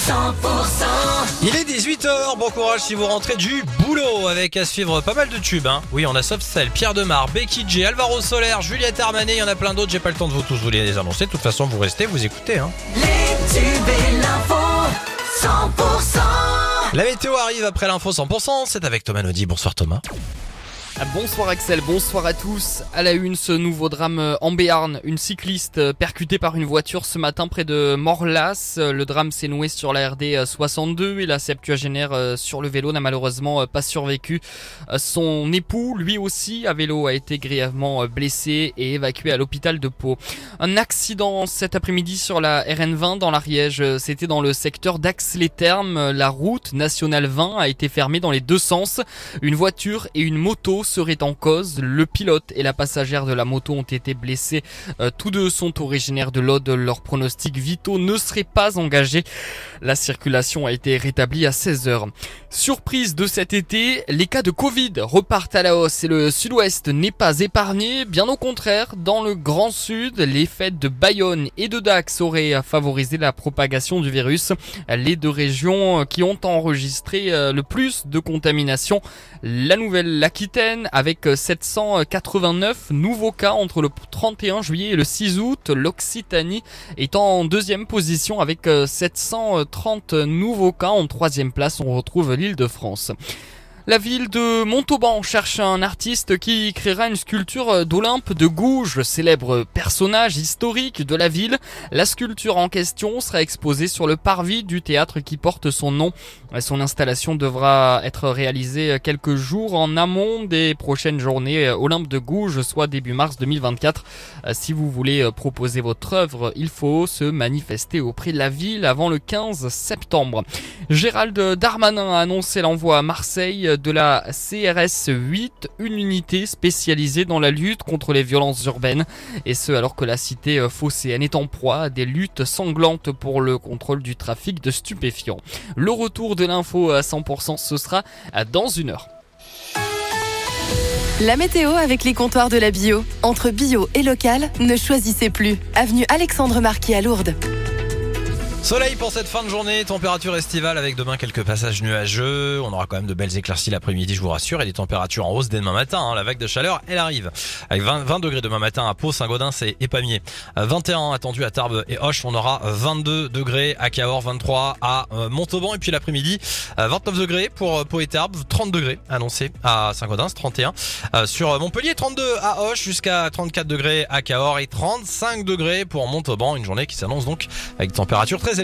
Il est 18h, bon courage si vous rentrez du boulot avec à suivre pas mal de tubes. Oui, on a Soft Cell, Pierre Demar, Becky G, Alvaro Soler, Juliette Armanet, il y en a plein d'autres, j'ai pas le temps de vous tous vous les annoncer. De toute façon, vous restez, vous écoutez. Les tubes et l'info 100%. La météo arrive après l'info 100%, c'est avec Thomas Naudy. Bonsoir Thomas. Bonsoir Axel, bonsoir à tous. À la une, ce nouveau drame en Béarn. Une cycliste percutée par une voiture ce matin près de Morlas. Le drame s'est noué sur la RD 62 et la septuagénaire sur le vélo n'a malheureusement pas survécu. Son époux, lui aussi, à vélo, a été grièvement blessé et évacué à l'hôpital de Pau. Un accident cet après-midi sur la RN20 dans l'Ariège. C'était dans le secteur d'Ax-les-Thermes. La route nationale 20 a été fermée dans les deux sens. Une voiture et une moto serait en cause. Le pilote et la passagère de la moto ont été blessés. Tous deux sont originaires de l'Aude. Leurs pronostics vitaux ne seraient pas engagés. La circulation a été rétablie à 16h. Surprise de cet été, les cas de Covid repartent à la hausse et le sud-ouest n'est pas épargné. Bien au contraire, dans le Grand Sud, les fêtes de Bayonne et de Dax auraient favorisé la propagation du virus. Les deux régions qui ont enregistré le plus de contamination, la Nouvelle-Aquitaine avec 789 nouveaux cas entre le 31 juillet et le 6 août. L'Occitanie est en deuxième position avec 730 nouveaux cas. En troisième place, on retrouve l'Île-de-France. La ville de Montauban cherche un artiste qui créera une sculpture d'Olympe de Gouges, célèbre personnage historique de la ville. La sculpture en question sera exposée sur le parvis du théâtre qui porte son nom. Son installation devra être réalisée quelques jours en amont des prochaines journées Olympe de Gouges, soit début mars 2024. Si vous voulez proposer votre œuvre, il faut se manifester auprès de la ville avant le 15 septembre. Gérald Darmanin a annoncé l'envoi à Marseille de la CRS 8, une unité spécialisée dans la lutte contre les violences urbaines, et ce alors que la cité phocéenne est en proie à des luttes sanglantes pour le contrôle du trafic de stupéfiants. Le retour de l'info à 100%, ce sera dans une heure. La météo avec les comptoirs de la bio. Entre bio et local, ne choisissez plus. Avenue Alexandre Marquis à Lourdes. Soleil pour cette fin de journée, température estivale avec demain quelques passages nuageux. On aura quand même de belles éclaircies l'après-midi, je vous rassure, et des températures en hausse dès demain matin. La vague de chaleur, elle arrive. Avec 20 degrés demain matin à Pau, Saint-Gaudens et Pamiers. 21 attendu à Tarbes et Auch. On aura 22 degrés à Cahors, 23 à Montauban. Et puis l'après-midi, 29 degrés pour Pau et Tarbes, 30 degrés annoncés à Saint-Gaudens, 31 sur Montpellier, 32 à Auch, jusqu'à 34 degrés à Cahors et 35 degrés pour Montauban. Une journée qui s'annonce donc avec des températures très élevées.